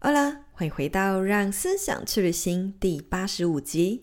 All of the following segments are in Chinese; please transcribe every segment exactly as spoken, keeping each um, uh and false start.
Hola， 欢迎回到让思想去旅行第八十五集。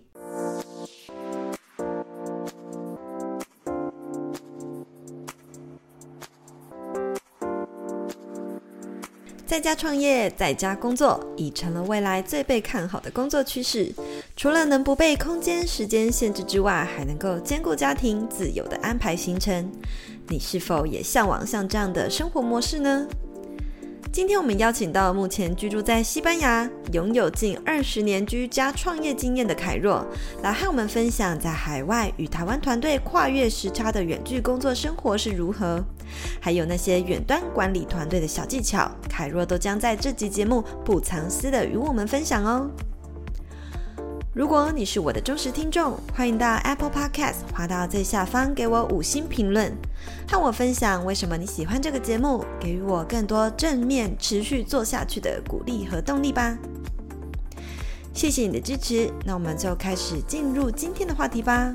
在家创业，在家工作已成了未来最被看好的工作趋势。除了能不被空间、时间限制之外，还能够兼顾家庭，自由地安排行程。你是否也向往像这样的生活模式呢？今天我们邀请到目前居住在西班牙，拥有近二十年居家创业经验的凯若，来和我们分享在海外与台湾团队跨越时差的远距工作生活是如何，还有那些远端管理团队的小技巧，凯若都将在这集节目不藏私的与我们分享哦。如果你是我的忠实听众，欢迎到 Apple Podcast 滑到最下方给我五星评论，和我分享为什么你喜欢这个节目，给予我更多正面持续做下去的鼓励和动力吧。谢谢你的支持，那我们就开始进入今天的话题吧。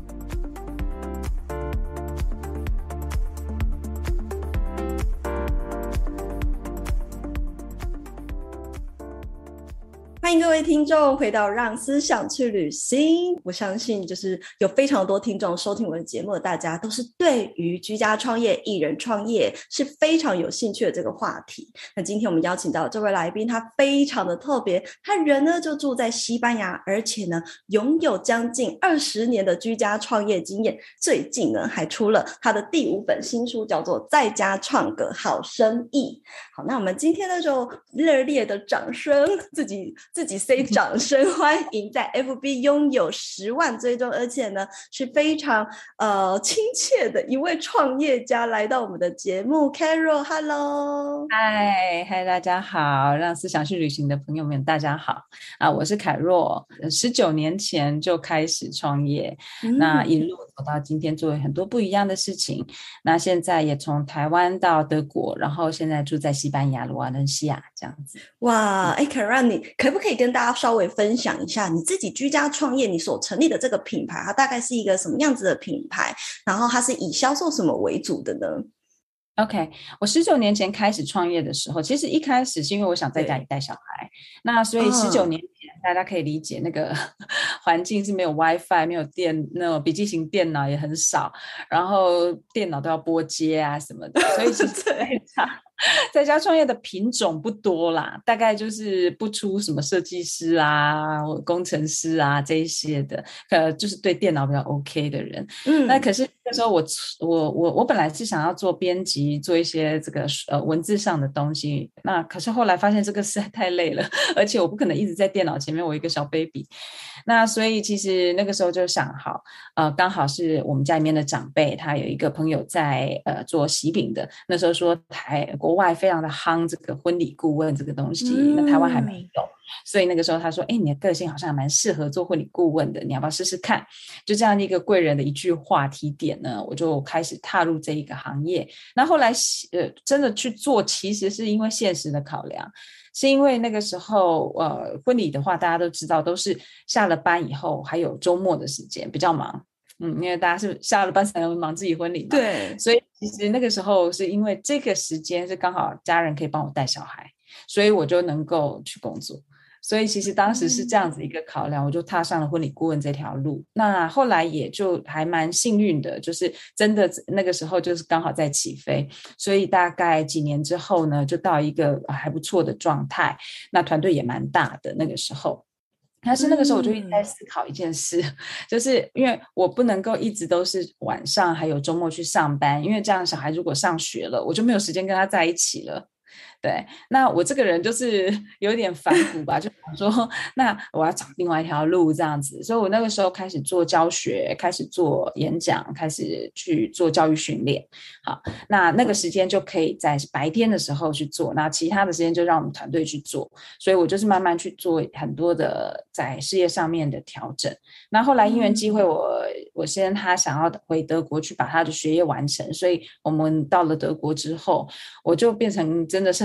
欢迎各位听众回到让思想去旅行。我相信就是有非常多听众收听我的节目的大家都是对于居家创业、艺人创业是非常有兴趣的这个话题。那今天我们邀请到这位来宾，他非常的特别，他人呢就住在西班牙，而且呢拥有将近二十年的居家创业经验，最近呢还出了他的第五本新书，叫做在家创个好生意。好，那我们今天呢就热烈的掌声，自己自己 say 掌声欢迎在 F B 拥有十万追踪，而且呢是非常呃亲切的一位创业家来到我们的节目。 Carol Hello。 嗨嗨，大家好，让思想去旅行的朋友们大家好啊！我是凯若，十九年前就开始创业、嗯、那一路走到今天，做了很多不一样的事情。那现在也从台湾到德国，然后现在住在西班牙罗瓦伦西亚这样子。 哇，哎 Carol， 你可不可以跟大家稍微分享一下你自己居家创业你所成立的这个品牌，它大概是一个什么样子的品牌，然后它是以销售什么为主的呢 ？OK， 我十九年前开始创业的时候，其实一开始是因为我想在家里带小孩，那所以十九年前、嗯、大家可以理解那个环境是没有 WiFi， 没有电，那种笔记型电脑也很少，然后电脑都要拨接啊什么的，所以其实在家在家创业的品种不多啦，大概就是不出什么设计师啊、工程师啊这一些的，呃，就是对电脑比较 OK 的人。嗯，那可是那时候我我我我本来是想要做编辑，做一些这个呃文字上的东西，那可是后来发现这个实在太累了，而且我不可能一直在电脑前面，我一个小 baby。那所以其实那个时候就想好，呃，刚好是我们家里面的长辈，他有一个朋友在呃做喜饼的，那时候说台国外非常的夯这个婚礼顾问这个东西，那台湾还没有。所以那个时候他说，哎，你的个性好像蛮适合做婚礼顾问的，你要不要试试看？就这样一个贵人的一句话提点呢，我就开始踏入这一个行业。那后来呃真的去做，其实是因为现实的考量，是因为那个时候呃婚礼的话大家都知道都是下了班以后还有周末的时间比较忙，嗯，因为大家是下了班才能忙自己婚礼嘛， 对， 所以其实那个时候是因为这个时间是刚好家人可以帮我带小孩，所以我就能够去工作。所以其实当时是这样子一个考量，我就踏上了婚礼顾问这条路。那后来也就还蛮幸运的，就是真的那个时候就是刚好在起飞，所以大概几年之后呢，就到一个还不错的状态。那团队也蛮大的那个时候。但是那个时候我就一直在思考一件事、嗯、就是因为我不能够一直都是晚上还有周末去上班，因为这样小孩如果上学了，我就没有时间跟他在一起了。对，那我这个人就是有点反骨吧，就想说那我要找另外一条路这样子，所以我那个时候开始做教学，开始做演讲，开始去做教育训练。好，那那个时间就可以在白天的时候去做，那其他的时间就让我们团队去做，所以我就是慢慢去做很多的在事业上面的调整。那后来因缘机会我，我先他想要回德国去把他的学业完成，所以我们到了德国之后，我就变成真的是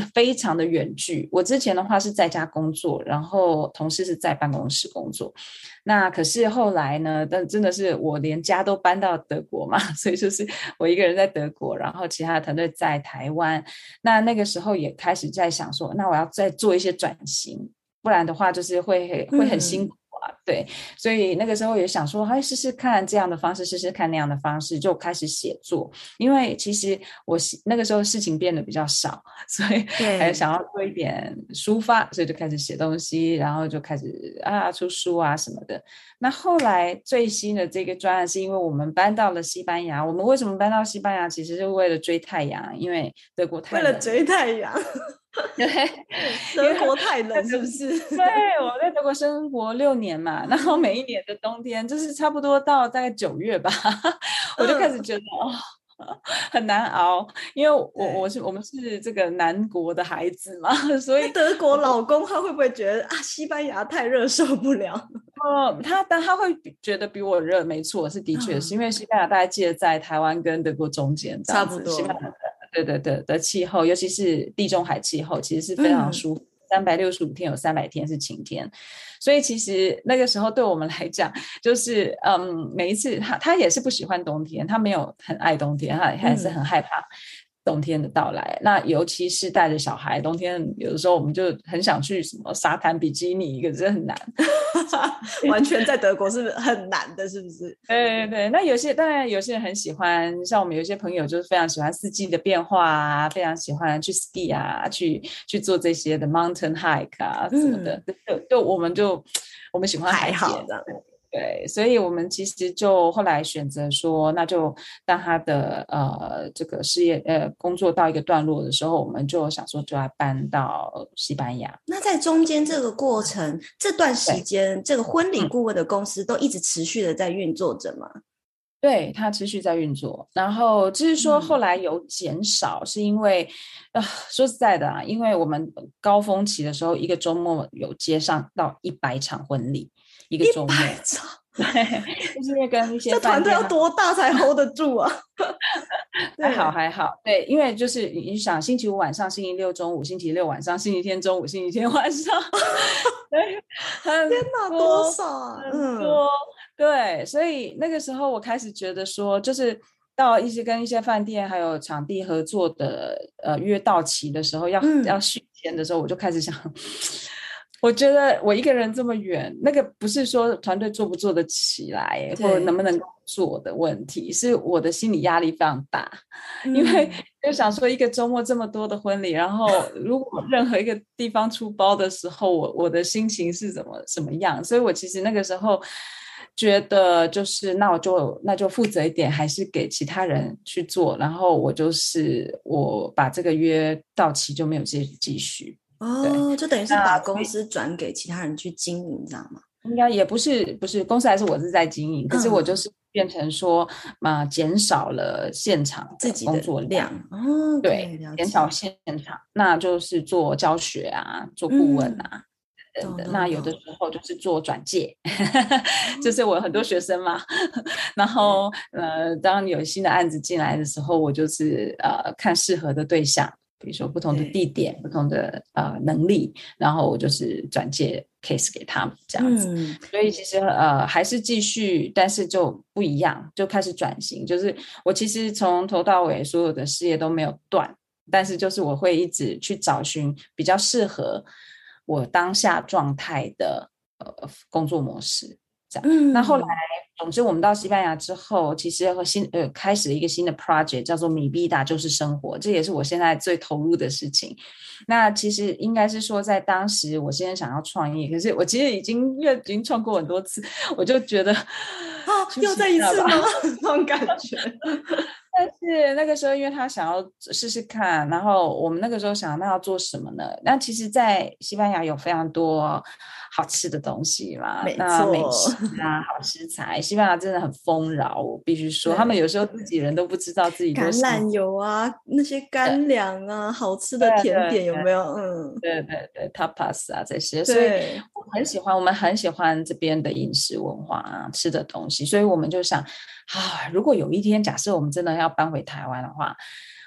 非常的远距。我之前的话是在家工作，然后同事是在办公室工作。那可是后来呢，但真的是我连家都搬到德国嘛，所以就是我一个人在德国，然后其他的团队在台湾。那那个时候也开始在想说，那我要再做一些转型，不然的话就是会会很辛苦。嗯对，所以那个时候也想说，哎，试试看这样的方式，试试看那样的方式，就开始写作。因为其实我那个时候事情变得比较少，所以还想要做一点抒发，所以就开始写东西，然后就开始啊出书啊什么的。那后来最新的这个专案是因为我们搬到了西班牙。我们为什么搬到西班牙？其实是为了追太阳，因为德国太冷了。 为了追太阳。 对， 德国太冷是不是？ 对，我在德国生活六年嘛，然后每一年的冬天就是差不多到大概九月吧，我就开始觉得、嗯、哦很难熬，因为我我是我们是这个南国的孩子嘛，所以德国老公他会不会觉得啊西班牙太热受不了？ 哦，他但他会觉得比我热，没错，是的确是、嗯、因为西班牙大概介在台湾跟德国中间， 差不多。 西班牙的对对对的气候，尤其是地中海气候，其实是非常舒服。三百六十五天有三百天是晴天，所以其实那个时候对我们来讲，就是嗯，每一次他他也是不喜欢冬天，他没有很爱冬天，他还是很害怕冬天的到来。嗯、那尤其是带着小孩，冬天有的时候我们就很想去什么沙滩比基尼，可是很难。 完全在德国是很难的，是不是？ 对对对，那有些当然有些人很喜欢，像我们有些朋友就是非常喜欢四季的变化啊，非常喜欢去 ski 啊，去去做这些的 mountain hike 啊什么的，嗯、就就我们就我们喜欢海边的。对，所以我们其实就后来选择说，那就当他的呃这个事业呃工作到一个段落的时候，我们就想说就要搬到西班牙。 那在中间这个过程，这段时间，这个婚礼顾问的公司都一直持续的在运作着吗？ 对，它持续在运作，然后只是说后来有减少，嗯、是因为啊、呃，说实在的啊，因为我们高峰期的时候，一个周末有接上到一百场婚礼。一个周末，对，就是因为跟一些这团队要多大才 hold 得住啊？ 还好还好，对，因为就是你想，星期五晚上、星期六中午、星期六晚上、星期天中午、星期天晚上，对，很天哪，多少啊？ 很多，嗯、对，所以那个时候我开始觉得说，就是到一些跟一些饭店还有场地合作的呃约到期的时候，要、嗯、要续签的时候，我就开始想。我觉得我一个人这么远，那个不是说团队做不做得起来或能不能做的问题，是我的心理压力非常大、嗯、因为就想说一个周末这么多的婚礼，然后如果任何一个地方出包的时候我我的心情是怎么什么样，所以我其实那个时候觉得就是那我就那就负责一点，还是给其他人去做，然后我就是我把这个约到期就没有继继续哦，就等于是把公司转给其他人去经营，你知道吗？ 应该也不是，不是公司还是我是在经营，可是我就是变成说嘛，减少了现场的工作量， 哦， 对，减少现场，那就是做教学啊，做顾问啊。嗯、等等，那有的时候就是做转介，就是我有很多学生嘛，然后呃，当有新的案子进来的时候，我就是呃看适合的对象。比如说不同的地点、不同的呃能力，然后我就是转介 case 给他们这样子。嗯、所以其实呃还是继续，但是就不一样，就开始转型。就是我其实从头到尾所有的事业都没有断，但是就是我会一直去找寻比较适合我当下状态的呃工作模式。这样，嗯、那后来。总之，我们到西班牙之后，其实和新呃开始了一个新的 project， 叫做米必达就是生活，这也是我现在最投入的事情。那其实应该是说，在当时我现在想要创业，可是我其实已经越已经创过很多次，我就觉得啊，又再一次吗？那种感觉。 但是那个时候，因为他想要试试看，然后我们那个时候想，那要做什么呢？那其实，在西班牙有非常多好吃的东西啦，那美食啊，好食材，西班牙真的很丰饶，我必须说，他们有时候自己人都不知道自己橄榄油啊，那些干粮啊，好吃的甜点有没有？嗯， 对对对 ，tapas 啊这些，所以我很喜欢，我们很喜欢这边的饮食文化啊，吃的东西，所以我们就想。啊，如果有一天假设我们真的要搬回台湾的话，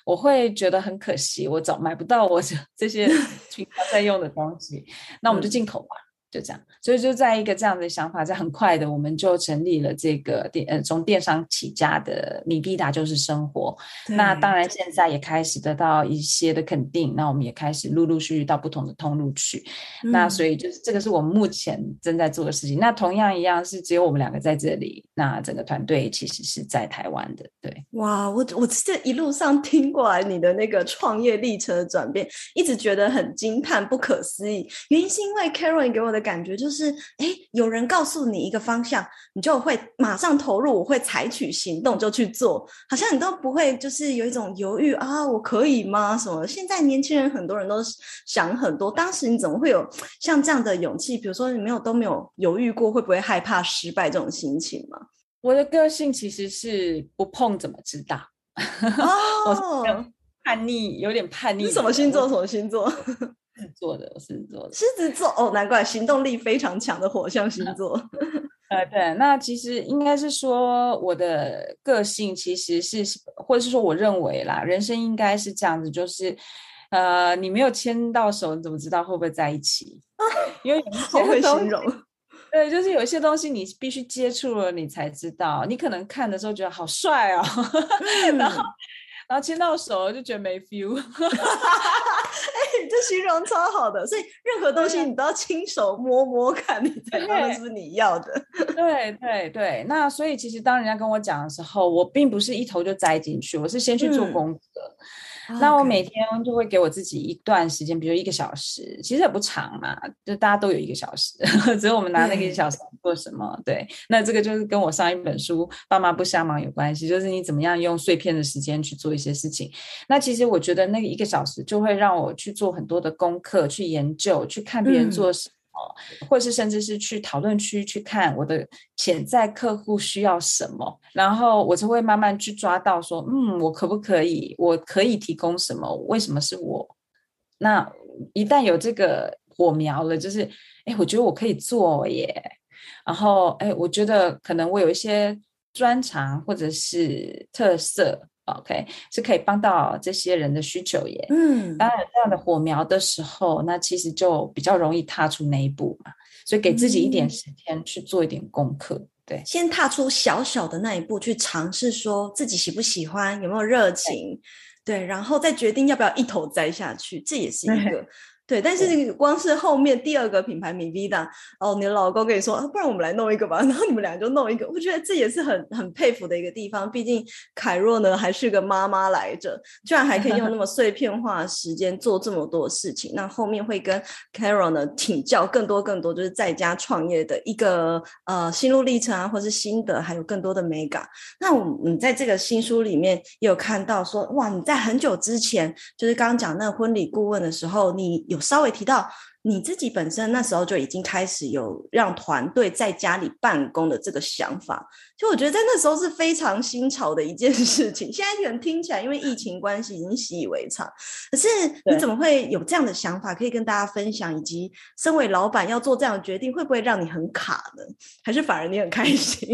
我会觉得很可惜，我找买不到我这些平常在用的东西，那我们就进口吧。嗯，就这样，所以就在一个这样的想法，在很快的我们就成立了这个电呃从电商起家的米必达就是生活。那当然现在也开始得到一些的肯定，那我们也开始陆陆续续到不同的通路去。嗯，那所以就是这个是我们目前正在做的事情。那同样一样是只有我们两个在这里，那整个团队其实是在台湾的。对， 哇，我我这一路上听过来你的那个创业历程的转变，一直觉得很惊叹不可思议。原因是因为 Caroline 给我的感觉就是诶有人告诉你一个方向，你就会马上投入，我会采取行动就去做，好像你都不会就是有一种犹豫啊，我可以吗什么。现在年轻人很多人都想很多，当时你怎么会有像这样的勇气，比如说你没有都没有犹豫过会不会害怕失败这种心情吗？ 我的个性其实是不碰怎么知道。 哦， 我是叛逆，有点叛逆。 是什么星座？什么星座？ 狮子座的，我狮子座的。 狮子座哦，难怪行动力非常强的火象星座。 呃，对，那其实应该是说我的个性其实是，或者是说我认为啦，人生应该是这样子，就是呃，你没有牵到手，你怎么知道会不会在一起？因为有一些好会形容。 对，就是有一些东西你必须接触了你才知道，你可能看的时候觉得好帅哦，嗯、然后然后牵到手就觉得没 feel。 哎，这形容超好的，所以任何东西你都要亲手摸摸看，你才知道那是不是你要的。 对对对，那所以其实当人家跟我讲的时候，我并不是一头就栽进去，我是先去做功课。嗯，那我每天就会给我自己一段时间，比如一个小时，其实也不长嘛，就大家都有一个小时，只有我们拿那个一个小时做什么。对，那这个就是跟我上一本书《爸妈不瞎忙》有关系，就是你怎么样用碎片的时间去做一些事情。那其实我觉得那个一个小时就会让我去做很多的功课，去研究，去看别人做什么。嗯，或是甚至是去讨论区去看我的潜在客户需要什么，然后我就会慢慢去抓到说，嗯，我可不可以，我可以提供什么，为什么是我？那一旦有这个火苗了，就是哎，我觉得我可以做耶，然后哎，我觉得可能我有一些专长或者是特色，OK， 是可以帮到这些人的需求耶。嗯，当然这样的火苗的时候，那其实就比较容易踏出那一步嘛。所以给自己一点时间去做一点功课。嗯，对， 先踏出小小的那一步，去尝试说自己喜不喜欢，有没有热情， 对， 对，然后再决定要不要一头栽下去，这也是一个。对，但是光是后面第二个品牌米必达，哦，你的老公跟你说，啊，不然我们来弄一个吧，然后你们俩就弄一个，我觉得这也是很很佩服的一个地方。毕竟凯若呢还是个妈妈来着，居然还可以用那么碎片化的时间做这么多事情。那后面会跟 Carol 呢请教更多更多，就是在家创业的一个呃心路历程啊，或是心得，还有更多的美感。那我们在这个新书里面也有看到说，哇，你在很久之前，就是刚刚讲那个婚礼顾问的时候，你有稍微提到你自己本身那时候就已经开始有让团队在家里办公的这个想法，就我觉得在那时候是非常新潮的一件事情。现在可能听起来因为疫情关系已经习以为常，可是你怎么会有这样的想法可以跟大家分享，以及身为老板要做这样的决定会不会让你很卡呢？还是反而你很开心？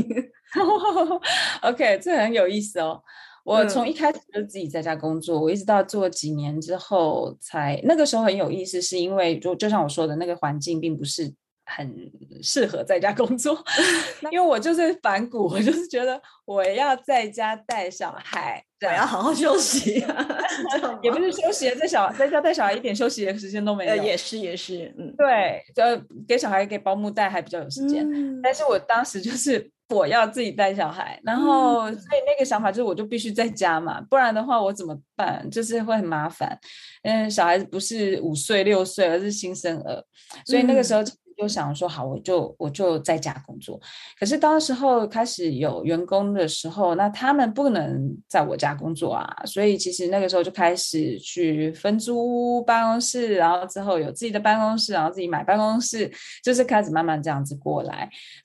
OK， 这很有意思哦。我从一开始就自己在家工作，嗯，我一直到做几年之后才，那个时候很有意思，是因为就就像我说的，那个环境并不是很适合在家工作。因为我就是反骨，我就是觉得我要在家带小孩， 我要好好休息啊。 也不是休息，在小在家带小孩一点休息的时间都没有。呃、 也是也是，嗯， 对，就给小孩给保姆带还比较有时间，嗯，但是我当时就是我要自己带小孩，然后所以那个想法就是我就必须在家嘛，不然的话我怎么办？就是会很麻烦。嗯，小孩不是五岁六岁，而是新生儿，所以那个时候就想说好，我就我就在家工作。可是当时候开始有员工的时候，那他们不能在我家工作啊，所以其实那个时候就开始去分租办公室，然后之后有自己的办公室，然后自己买办公室，就是开始慢慢这样子过来。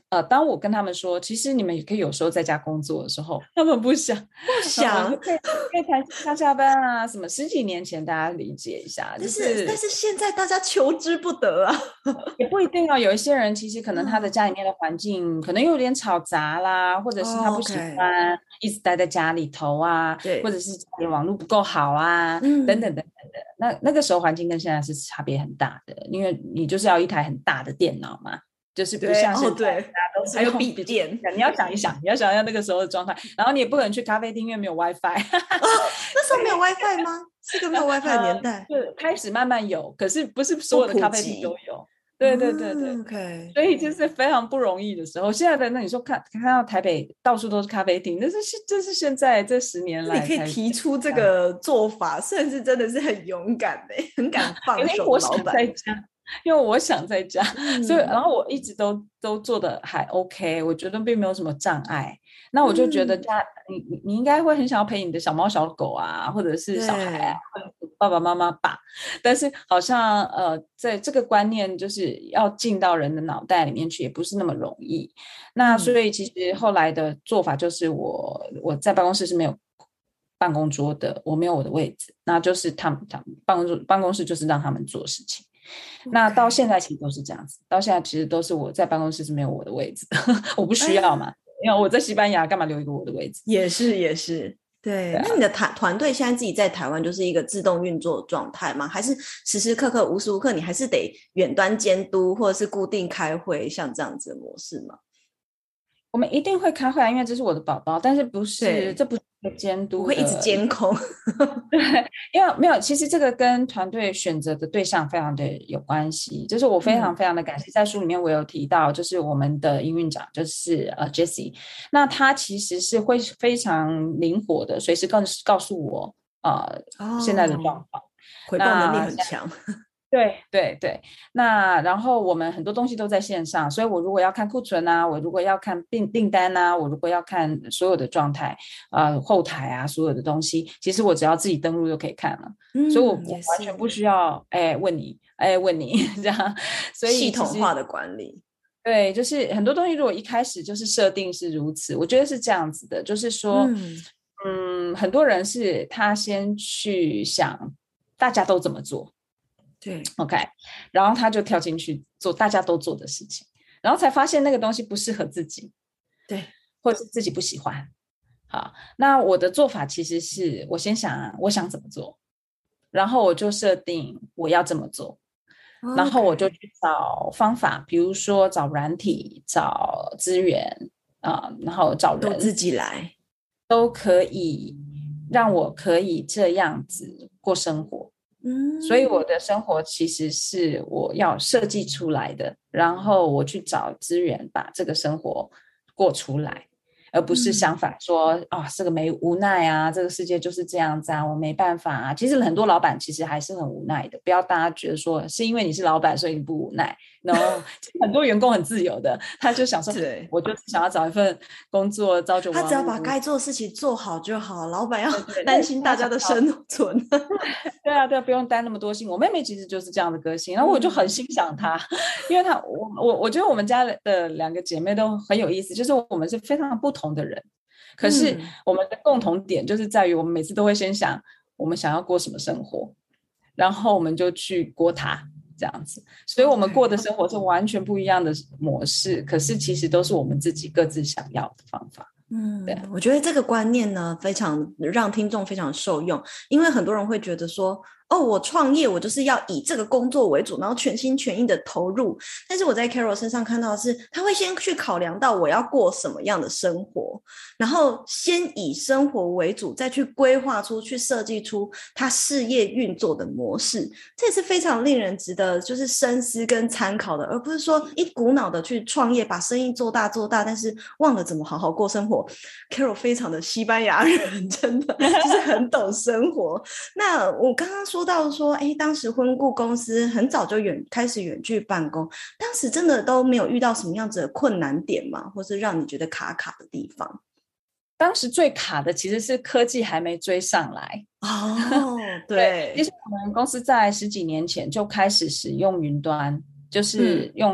呃，当我跟他们说，其实你们也可以有时候在家工作的时候，他们不想， 不想， 可以可以弹性上下班啊，什么十几年前大家理解一下， 但是但是现在大家求之不得啊。 也不一定啊，有一些人其实可能他的家里面的环境可能有点吵杂啦，或者是他不喜欢一直待在家里头啊， 对， 或者是家里网络不够好啊， 嗯， 等等等等的。那那个时候环境跟现在是差别很大的，因为你就是要一台很大的电脑嘛。就是不像现在大家都是还有笔电， 你要想一想，你要想一下那个时候的状态，然后你也不可能去咖啡厅，因为没有 WiFi。 哦，那时候没有 WiFi 吗？是个没有 WiFi 的年代。 呃、开始慢慢有，可是不是所有的咖啡厅都有。对对对对、 嗯、，OK。 所以就是非常不容易的时候。现在的那你说看看到台北到处都是咖啡厅，那是这是现在这十年来你可以提出这个做法，算是真的是很勇敢的，很敢放手的老板。 因为我想在家，嗯、所以然后我一直都都做的还 OK， 我觉得并没有什么障碍。那我就觉得家、嗯、你你应该会很想要陪你的小猫小狗啊，或者是小孩啊，爸爸妈妈吧。但是好像呃，在这个观念就是要进到人的脑袋里面去，也不是那么容易。那所以其实后来的做法就是我我在办公室是没有办公桌的，我没有我的位置，那就是他们他们办公桌办公室就是让他们做事情。那到现在其实都是这样子，到现在其实都是我在办公室是没有我的位置的，我不需要嘛，因为我在西班牙干嘛留一个我的位置？ 也是也是，对。对啊、那你的团团队现在自己在台湾就是一个自动运作的状态吗？还是时时刻刻无时无刻你还是得远端监督或者是固定开会，像这样子的模式吗？ 我们一定会开会啊，因为这是我的宝宝，但是不是这不是监督的， 不会一直监控。 对，因为没有，其实这个跟团队选择的对象非常的有关系。就是我非常非常的感谢，嗯、在书里面我有提到，就是我们的营运长就是呃 Jessie， 那他其实是会非常灵活的，随时告告诉我呃、哦、现在的状况， 回报能力很强。 对对对，那然后我们很多东西都在线上，所以我如果要看库存啊，我如果要看订订单啊，我如果要看所有的状态呃后台啊，所有的东西，其实我只要自己登录就可以看了，嗯、所以我我完全不需要哎问你哎问你这样，所以系统化的管理。 对，就是很多东西如果一开始就是设定是如此，我觉得是这样子的，就是说 嗯, 嗯很多人是他先去想大家都怎么做。 对 ，OK， 然后他就跳进去做大家都做的事情，然后才发现那个东西不适合自己， 对， 或者是自己不喜欢。好，那我的做法其实是我先想、啊、我想怎么做，然后我就设定我要这么做， okay. 然后我就去找方法，比如说找软体、找资源啊、呃，然后找人都自己来， 都可以让我可以这样子过生活。嗯，所以我的生活其实是我要设计出来的，然后我去找资源把这个生活过出来，而不是相反说啊、嗯哦，这个没无奈啊，这个世界就是这样子啊，我没办法啊。其实很多老板其实还是很无奈的，不要大家觉得说是因为你是老板所以你不无奈。no， 很多员工很自由的，他就想说，我就是想要找一份工作，朝九晚五， 他只要把该做的事情做好就好，老板要担心大家的生存。 对啊，对啊，不用担那么多心。我妹妹其实就是这样的个性，然后我就很欣赏她，嗯、因为她，我我我觉得我们家的两个姐妹都很有意思，就是我们是非常不同的人，可是我们的共同点就是在于我们每次都会先想我们想要过什么生活，然后我们就去过它。这样子，所以我们过的生活是完全不一样的模式，可是其实都是我们自己各自想要的方法。 嗯，对，我觉得这个观念呢，非常让听众非常受用，因为很多人会觉得说，哦，我创业，我就是要以这个工作为主，然后全心全意的投入。但是我在 Carol 身上看到的是，他会先去考量到我要过什么样的生活，然后先以生活为主，再去规划出去设计出他事业运作的模式。这也是非常令人值得就是深思跟参考的，而不是说一股脑的去创业，把生意做大做大，但是忘了怎么好好过生活。Carol 非常的西班牙人，真的就是很懂生活。那我刚刚说到说，哎，当时婚顾公司很早就远开始远距办公，当时真的都没有遇到什么样子的困难点吗？或是让你觉得卡卡的地方？ 当时最卡的其实是科技还没追上来哦，对， 其实我们公司在十几年前就开始使用云端，就是用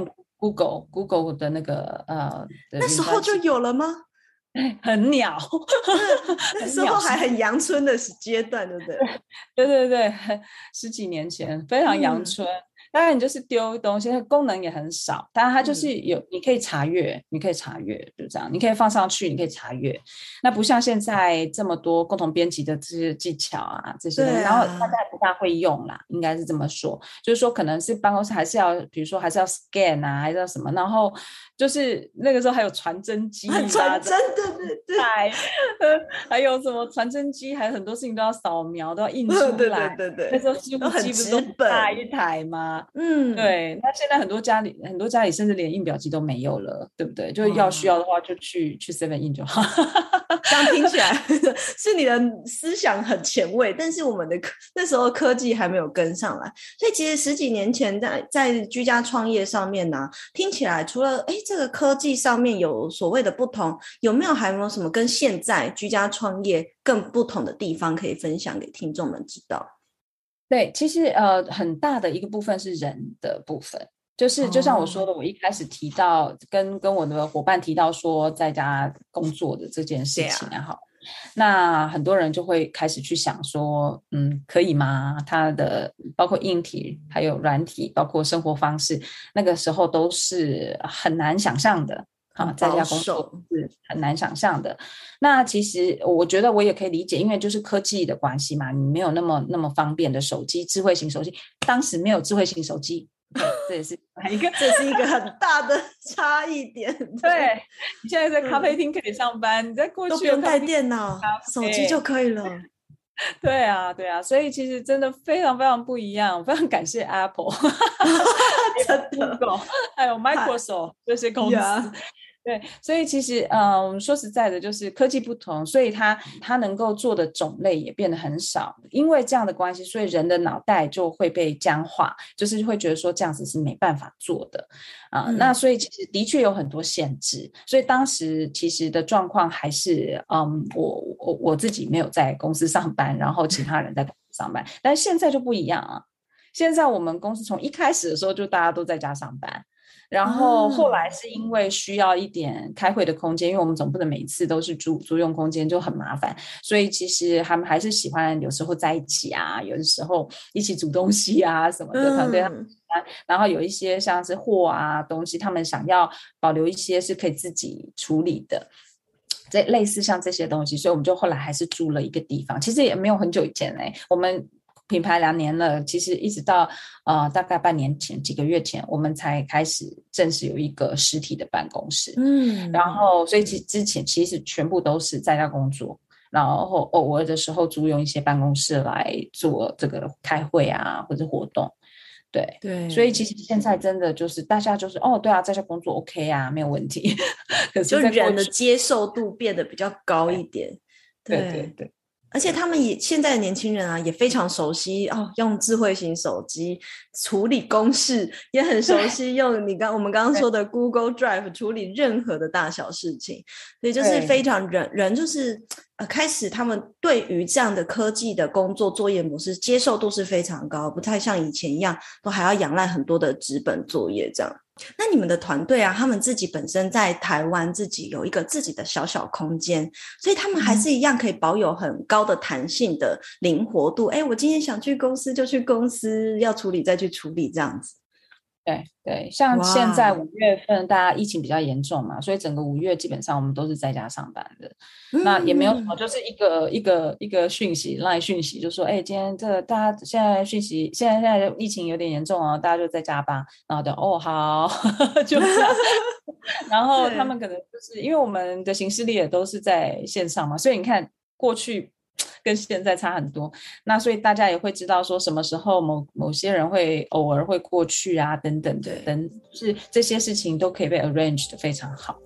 Google Google 的那个呃的那时候就有了吗？ 很鸟那时候还很阳春的阶段，对不对？ 对对对，十几年前非常阳春、嗯、当然你就是丢东西，功能也很少，当然它就是有、嗯、你可以查阅你可以查阅就这样，你可以放上去，你可以查阅，那不像现在这么多共同编辑的这些技巧啊这些东西、啊、然后大家不大会用啦，应该是这么说，就是说可能是办公室还是要比如说还是要 scan 啊还是要什么，然后就是那个时候还有传真机啊， 传真的对对， 还有什么传真机，还有很多事情都要扫描，都要印出来。 对对对对， 那时候几乎机不是都大一台吗？嗯，对。那现在很多家里很多家里甚至连印表机都没有了，对不对？就要需要的话就去、嗯、去 seven 印就好。 这样听起来是你的思想很前卫，但是我们的那时候科技还没有跟上来，所以其实十几年前在在居家创业上面呢、啊，听起来除了哎这个科技上面有所谓的不同，有没有还有没有什么跟现在居家创业更不同的地方可以分享给听众们知道？ 对，其实呃很大的一个部分是人的部分，就是就像我说的，我一开始提到跟跟我的伙伴提到说在家工作的这件事情啊，那很多人就会开始去想说嗯可以吗？它的包括硬体还有软体包括生活方式，那个时候都是很难想象的啊，在家工作是很难想象的。那其实我觉得我也可以理解，因为就是科技的关系嘛，你没有那么那么方便的手机，智慧型手机，当时没有智慧型手机，这也是一个这是一个很大的差异点。 对，你现在在咖啡厅可以上班，嗯、你在过去都不用带电脑，手机就可以了。 对啊，对啊，所以其实真的非常非常不一样，非常感谢 Apple， 真的 ，Google 还有 Microsoft 这些公司。Yeah.对，所以其实嗯，说实在的，就是科技不同，所以它它能够做的种类也变得很少。因为这样的关系，所以人的脑袋就会被僵化，就是会觉得说这样子是没办法做的啊、呃嗯。那所以其实的确有很多限制。所以当时其实的状况还是嗯，我我我自己没有在公司上班，然后其他人在公司上班。但是现在就不一样啊！现在我们公司从一开始的时候就大家都在家上班。然后后来是因为需要一点开会的空间，因为我们总不能每一次都是租租用空间，就很麻烦，所以其实他们还是喜欢有时候在一起啊，有的时候一起煮东西啊什么的，团队他们喜欢。然后有一些像是货啊东西，他们想要保留一些是可以自己处理的，这类似像这些东西，所以我们就后来还是租了一个地方，其实也没有很久以前嘞，我们品牌两年了，其实一直到呃大概半年前几个月前，我们才开始正式有一个实体的办公室。嗯，然后所以其实之前其实全部都是在家工作，然后偶尔的时候租用一些办公室来做这个开会啊或者活动。对对，所以其实现在真的就是大家就是哦，对啊，在家工作 OK 啊，没有问题。可是就人的接受度变得比较高一点。 对对 对, 对。 而且他们也现在的年轻人啊，也非常熟悉哦，用智慧型手机处理公事，也很熟悉用你刚我们刚刚说的 Google Drive 处理任何的大小事情，所以就是非常人人就是呃开始他们对于这样的科技的工作作业模式接受度是非常高，不太像以前一样都还要仰赖很多的纸本作业这样。那你们的团队啊，他们自己本身在台湾自己有一个自己的小小空间，所以他们还是一样可以保有很高的弹性的灵活度。哎，我今天想去公司就去公司，要处理再去处理这样子。 对对，像现在五月份大家疫情比较严重嘛，所以整个五月基本上我们都是在家上班的。嗯、那也没有什么，就是一个一个一个讯息 LINE 讯息，就说哎，今天这个大家现在讯息，现在现在疫情有点严重哦，大家就在家吧。然后就哦好，就这样。然后他们可能就是因为我们的行事历也都是在线上嘛，所以你看过去跟现在差很多，那所以大家也会知道说什么时候某某些人会偶尔会过去啊等等的，等是这些事情都可以被 arrange 的非常好。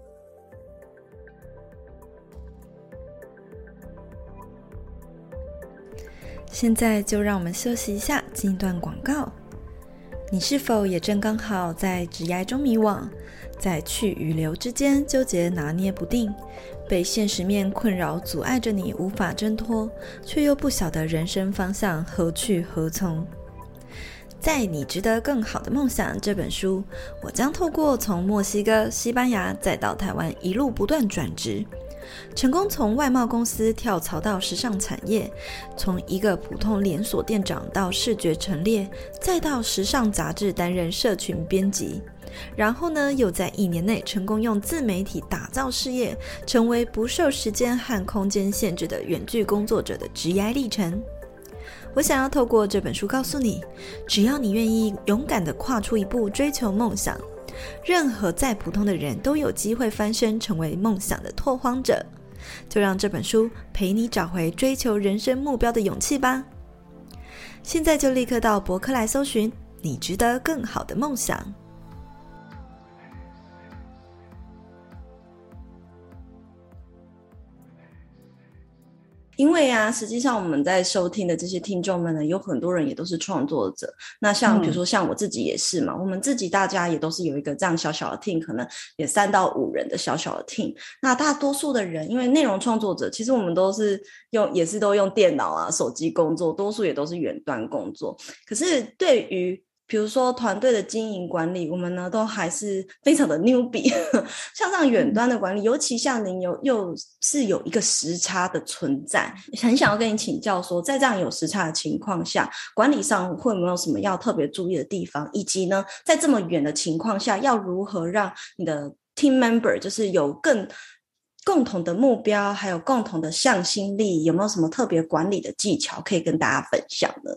现在就让我们休息一下，进一段广告。你是否也正刚好在职涯中迷惘，在去与留之间纠结拿捏不定，被现实面困扰阻碍着你无法挣脱，却又不晓得人生方向何去何从？ 在《你值得更好的梦想》这本书，我将透过从墨西哥、西班牙再到台湾一路不断转职，成功从外贸公司跳槽到时尚产业，从一个普通连锁店长到视觉陈列，再到时尚杂志担任社群编辑，然后呢，又在一年内成功用自媒体打造事业，成为不受时间和空间限制的远距工作者的职业历程。我想要透过这本书告诉你，只要你愿意勇敢地跨出一步追求梦想，任何再普通的人都有机会翻身成为梦想的拓荒者。就让这本书陪你找回追求人生目标的勇气吧。现在就立刻到博客来搜寻你值得更好的梦想。因为啊，实际上我们在收听的这些听众们呢，有很多人也都是创作者。那像比如说像我自己也是嘛，嗯、我们自己大家也都是有一个这样小小的 team， 可能也三到五人的小小的 team。那大多数的人，因为内容创作者，其实我们都是用也是都用电脑啊、手机工作，多数也都是远端工作。可是对于比如说团队的经营管理，我们呢都还是非常的 newbie。 像这样远端的管理，尤其像您有又是有一个时差的存在，很想要跟你请教说，在这样有时差的情况下，管理上会没有什么要特别注意的地方，以及呢在这么远的情况下，要如何让你的 team member 就是有更共同的目标，还有共同的向心力，有没有什么特别管理的技巧可以跟大家分享呢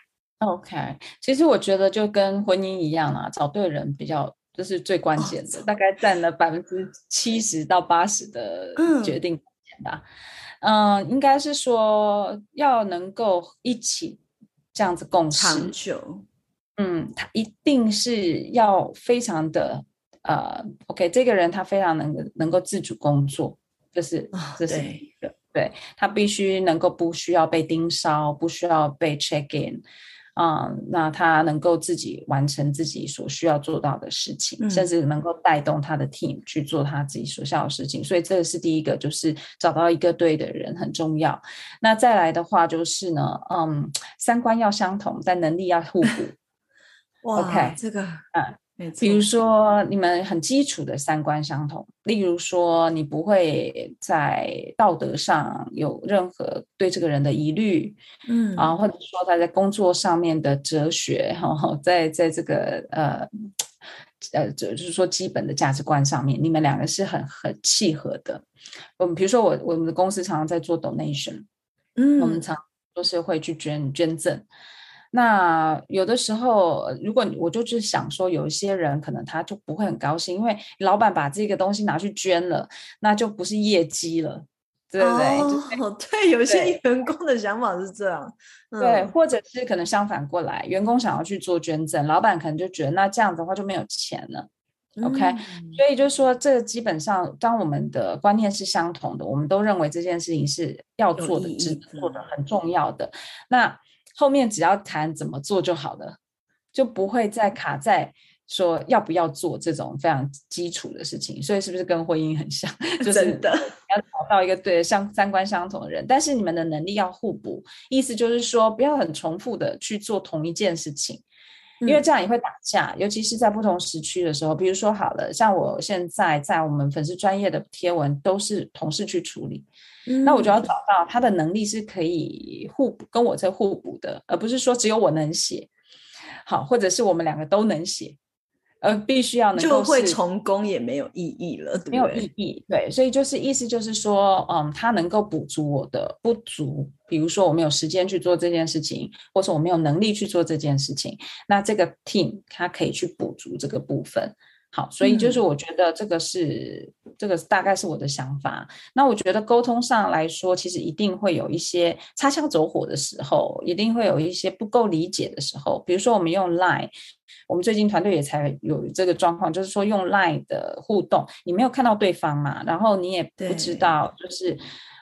？OK， 其实我觉得就跟婚姻一样啊，找对人比较就是最关键的，哦、大概占了百分之七十到八十的决定吧。嗯、呃，应该是说要能够一起这样子共事， 长久。嗯， 他一定是要非常的呃 ，OK， 这个人他非常能能够自主工作，这是、哦、这是一个对，他必须能够不需要被盯梢，不需要被 check in。嗯，那他能够自己完成自己所需要做到的事情，嗯、甚至能够带动他的 team 去做他自己所需要的事情，所以这是第一个，就是找到一个对的人很重要。那再来的话就是呢，嗯，三观要相同，但能力要互补。 哇 ，OK， 这个， 嗯，比如说你们很基础的三观相同，例如说你不会在道德上有任何对这个人的疑虑，嗯啊，或者说他在工作上面的哲学，哦、在在这个呃呃，就是说基本的价值观上面，你们两个是很很契合的。我们比如说我我们的公司常常在做 donation， 嗯，我们常都是会去捐捐赠。那有的时候如果我就是想说有一些人可能他就不会很高兴，因为老板把这个东西拿去捐了，那就不是业绩了，对不对？ 哦，就是、对，有些员工的想法是这样、 嗯、对，或者是可能相反过来，员工想要去做捐赠，老板可能就觉得那这样子的话就没有钱了、嗯、OK， 所以就是说这基本上当我们的观念是相同的，我们都认为这件事情是要做的，值得做的，很重要的，那后面只要谈怎么做就好了，就不会再卡在说要不要做这种非常基础的事情。所以是不是跟婚姻很像？就是真的要找到一个对相三观相同的人，但是你们的能力要互补，意思就是说不要很重复的去做同一件事情，因为这样也会打架、嗯、尤其是在不同时区的时候。比如说好了，像我现在在我们粉丝专页的贴文都是同事去处理，那我就要找到他的能力是可以互补，跟我这互补的，而不是说只有我能写好，或者是我们两个都能写，而必须要能够就会重工也没有意义了，对不对？ 没有意义，对，所以就是意思就是说，嗯，他能够补足我的不足，比如说我没有时间去做这件事情，或者我没有能力去做这件事情，那这个 team 他可以去补足这个部分。好，所以就是我觉得这个是、嗯、这个大概是我的想法。那我觉得沟通上来说，其实一定会有一些擦枪走火的时候，一定会有一些不够理解的时候。比如说我们用 Line， 我们最近团队也才有这个状况，就是说用 Line 的互动，你没有看到对方嘛，然后你也不知道就是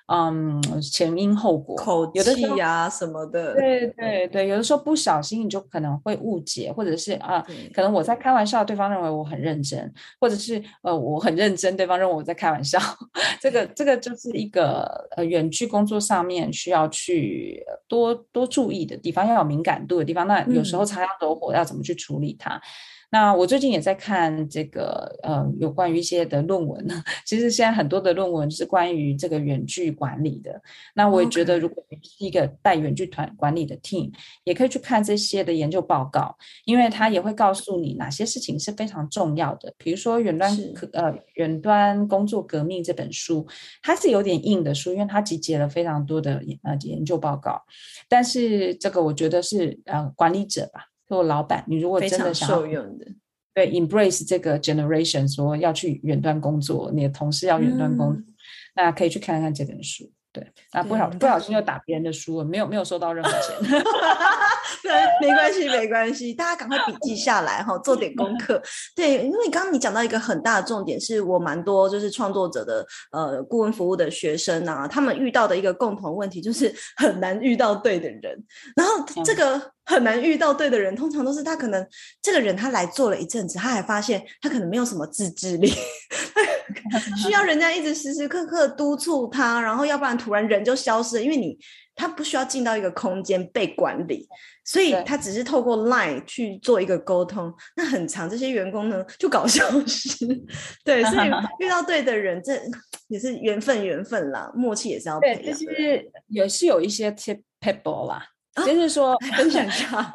嗯前因后果， 口气啊什么的。 对对对，有的时候不小心你就可能会误解，或者是啊、呃，可能我在开玩笑，对方认为我很认真，或者是呃我很认真，对方认为我在开玩笑。这个这个就是一个呃远距工作上面需要去多多注意的地方，要有敏感度的地方。那有时候擦枪走火要怎么去处理它？那我最近也在看这个呃有关于一些的论文，其实现在很多的论文是关于这个远距管理的。那我也觉得，如果你是一个带远距团管理的 team， 也可以去看这些的研究报告，因为它也会告诉你哪些事情是非常重要的。比如说远端呃远端工作革命这本书，它是有点硬的书，因为它集结了非常多的呃研究报告，但是这个我觉得是呃管理者吧。做老板，你如果真的想要受用的， 对 embrace 这个 generation， 说要去远端工作，你的同事要远端工作，嗯、那可以去看看这本书。对，啊，不小不小心又打别人的书了，没有没有收到任何钱。 对，没关系没关系，大家赶快笔记下来哈，做点功课。对，因为刚刚你讲到一个很大的重点，是我蛮多就是创作者的呃顾问服务的学生啊，他们遇到的一个共同问题就是很难遇到对的人，然后这个很难遇到对的人，通常都是他可能这个人他来做了一阵子，他还发现他可能没有什么自制力，需要人家一直时时刻刻督促他，然后要不然突然人就消失了，因为你他不需要进到一个空间被管理，所以他只是透过 LINE 去做一个沟通，那很常这些员工呢就搞消失。对，所以遇到对的人这也是缘分缘分啦，默契也是要培养的。 对，就是也是有一些 tips 啦、啊、就是说分享一下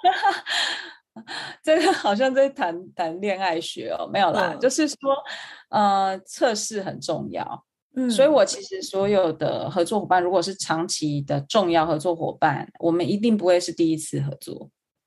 这个好像在谈谈恋爱学哦，没有啦、嗯、就是说呃测试很重要。嗯，所以我其实所有的合作伙伴，如果是长期的重要合作伙伴，我们一定不会是第一次合作。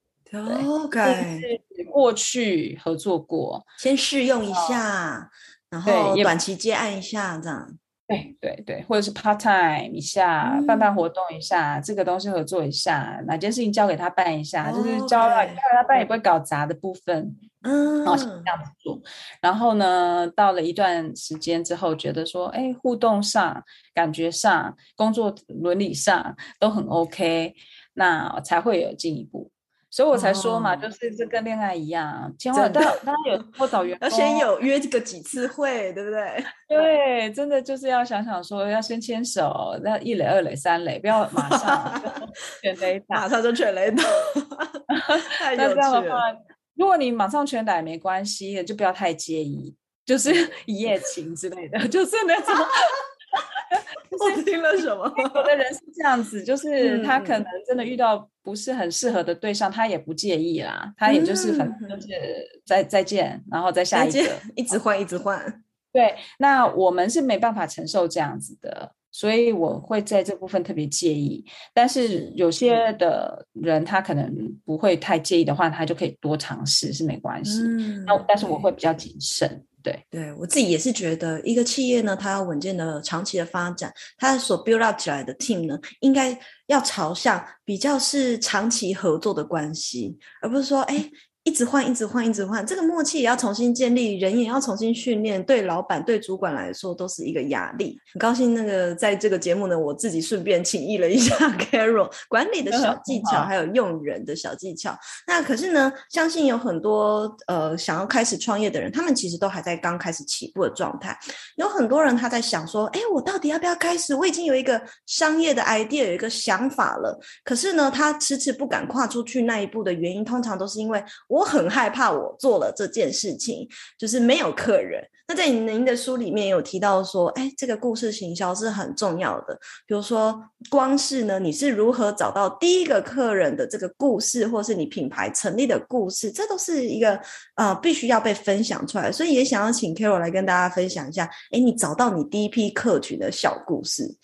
OK， 是过去合作过， 先试用一下，然后短期接案一下，这样。 对对对，或者是 part time 一下、嗯，办办活动一下，这个东西合作一下，哪件事情交给他办一下， oh, 就是交给他办也不会搞砸的部分。嗯，然后这样子做，然后呢，到了一段时间之后，觉得说，哎，互动上、感觉上、工作伦理上都很 OK， 那才会有进一步。所以我才说嘛，哦、就是这跟恋爱一样，千万当当然有多找员工， 要先有约个几次会，对不对？ 对，真的就是要想想说，要先牵手，那一垒、二垒、三垒，不要马上全垒打， 马上就全垒打，太有趣了。 如果你马上全打也没关系，就不要太介意，就是一夜情之类的，就是那种。 我听了什么？ 有的人是这样子，就是他可能真的遇到不是很适合的对象，他也不介意啦，他也就是反正就是再再见，然后再下一个， 一直换一直换。 对，那我们是没办法承受这样子的，所以我会在这部分特别介意。但是有些的人他可能不会太介意的话，他就可以多尝试是没关系。嗯、那但是我会比较谨慎。对， 对我自己也是觉得，一个企业呢，它要稳健的长期的发展，它所 build up 起来的 team 呢，应该要朝向比较是长期合作的关系，而不是说，哎。一直换，一直换，一直换，这个默契也要重新建立，人也要重新训练，对老板、对主管来说都是一个压力。很高兴那个在这个节目呢，我自己顺便请益了一下 Carol 管理的小技巧，还有用人的小技巧。那可是呢，相信有很多呃想要开始创业的人，他们其实都还在刚开始起步的状态。有很多人他在想说，哎，我到底要不要开始？我已经有一个商业的 idea， 有一个想法了，可是呢，他迟迟不敢跨出去那一步的原因，通常都是因为我很害怕我做了这件事情就是没有客人。那在您的书里面有提到说，哎，这个故事行销是很重要的，比如说光是呢你是如何找到第一个客人的这个故事，或是你品牌成立的故事，这都是一个呃必须要被分享出来。所以也想要请 Carol 来跟大家分享一下，哎，你找到你第一批客群的小故事。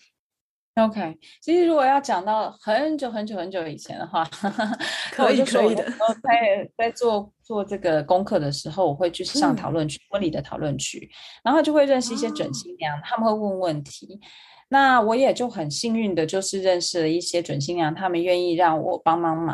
OK， 其实如果要讲到很久很久很久以前的话， 可以可以的。 在在做做这个功课的时候，我会去上讨论区，婚礼的讨论区，然后就会认识一些准新娘，他们会问问题。那我也就很幸运的，就是认识了一些准新娘，他们愿意让我帮帮忙。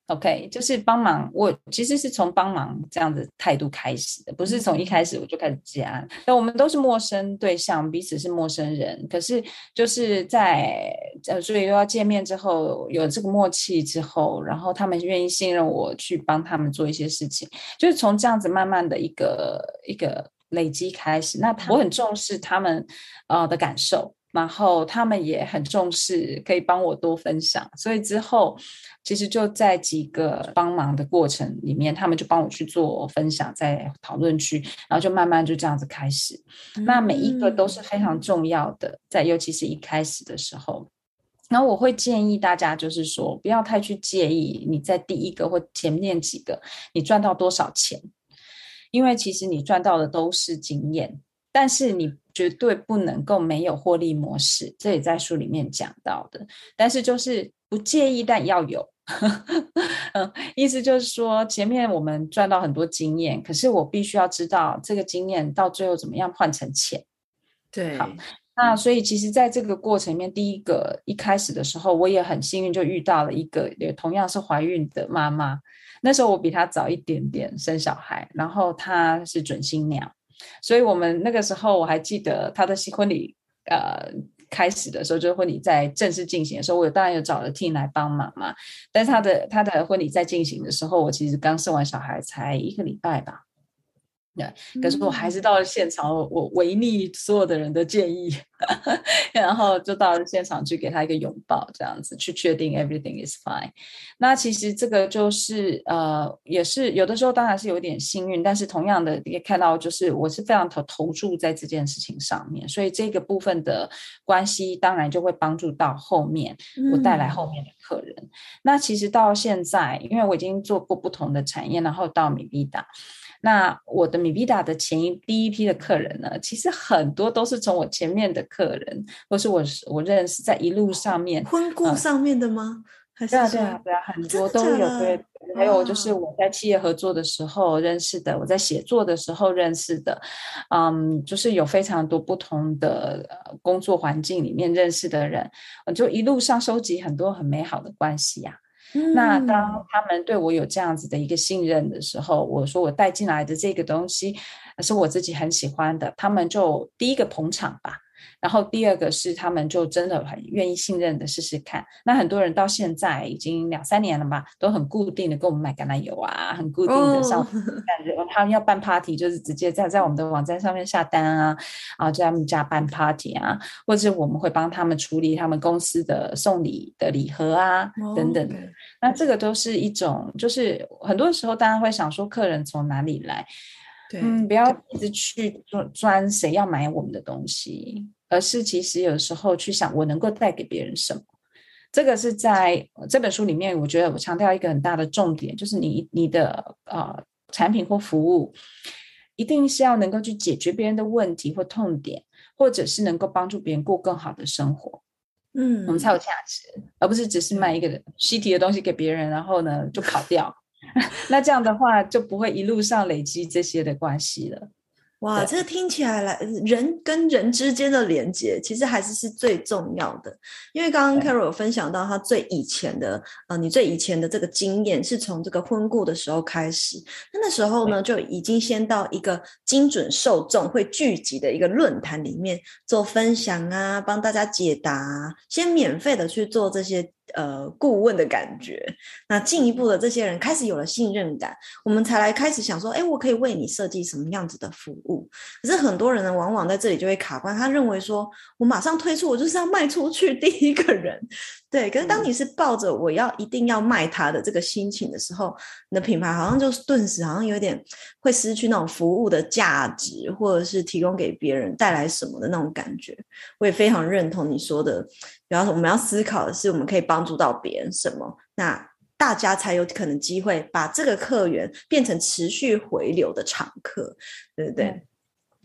OK，就是帮忙，我其实是从帮忙这样子态度开始的，不是从一开始我就开始接案。那我们都是陌生对象，彼此是陌生人，可是就是在呃，所以要见面之后有这个默契之后，然后他们愿意信任我去帮他们做一些事情，就是从这样子慢慢的一个一个累积开始。那我很重视他们呃的感受。然后他们也很重视可以帮我多分享，所以之后其实就在几个帮忙的过程里面，他们就帮我去做分享在讨论区，然后就慢慢就这样子开始、嗯、那每一个都是非常重要的，在尤其是一开始的时候。然后我会建议大家就是说不要太去介意你在第一个或前面几个你赚到多少钱，因为其实你赚到的都是经验，但是你绝对不能够没有获利模式，这也在书里面讲到的。但是就是不介意，但要有嗯，意思就是说前面我们赚到很多经验，可是我必须要知道这个经验到最后怎么样换成钱。 对， 好，那所以其实在这个过程里面，第一个一开始的时候我也很幸运就遇到了一个也同样是怀孕的妈妈，那时候我比她早一点点生小孩，然后她是准新娘，所以我们那个时候我还记得她的婚礼呃开始的时候，就是婚礼在正式进行的时候，我当然有找了 team 来帮忙嘛，但是她的她的婚礼在进行的时候，我其实刚生完小孩才一个礼拜吧，对，可是我还是到了现场，我我违逆所有的人的建议然后就到了现场去给他一个拥抱，这样子去确定 everything is fine。 那其实这个就是呃，也是有的时候当然是有点幸运，但是同样的也看到就是我是非常投投注在这件事情上面，所以这个部分的关系当然就会帮助到后面我带来后面的客人、嗯、那其实到现在因为我已经做过不同的产业，然后到米必达，那我的米必达的前一第一批的客人呢，其实很多都是从我前面的客人，或是我我认识在一路上面婚顾上面的吗？还是对啊对啊对啊，很多都有。对，还有就是我在企业合作的时候认识的，我在写作的时候认识的，嗯，就是有非常多不同的工作环境里面认识的人，我就一路上收集很多很美好的关系啊。嗯、那当他们对我有这样子的一个信任的时候，我说我带进来的这个东西是我自己很喜欢的，他们就第一个捧场吧，然后第二个是他们就真的很愿意信任的试试看。那很多人到现在已经两三年了吧，都很固定的跟我们买橄榄油啊，很固定的上、oh. 他们要办 party 就是直接在在我们的网站上面下单啊，啊在他们家办 party 啊，或者是我们会帮他们处理他们公司的送礼的礼盒啊、oh, 等等的。那这个都是一种，就是很多时候大家会想说客人从哪里来，嗯，不要一直去钻谁要买我们的东西，而是其实有时候去想我能够带给别人什么。这个是在这本书里面我觉得我强调一个很大的重点，就是你你的呃产品或服务一定是要能够去解决别人的问题或痛点，或者是能够帮助别人过更好的生活，嗯，我们才有价值，而不是只是卖一个稀奇的东西给别人然后呢就跑掉那这样的话就不会一路上累积这些的关系了。 哇，这个听起来来人跟人之间的连接其实还是是最重要的，因为刚刚 Carol 有分享到他最以前的呃，你最以前的这个经验是从这个婚顾的时候开始，那那时候呢就已经先到一个精准受众会聚集的一个论坛里面做分享啊，帮大家解答啊，先免费的去做这些呃顾问的感觉，那进一步的这些人开始有了信任感，我们才来开始想说，哎，我可以为你设计什么样子的服务。可是很多人呢往往在这里就会卡关，他认为说我马上推出我就是要卖出去第一个人，对，可是当你是抱着我要一定要卖他的这个心情的时候，你的品牌好像就顿时好像有点会失去那种服务的价值，或者是提供给别人带来什么的那种感觉。我也非常认同你说的，比方说我们要思考的是我们可以帮助到别人什么，那大家才有可能机会把这个客源变成持续回流的常客，对不对？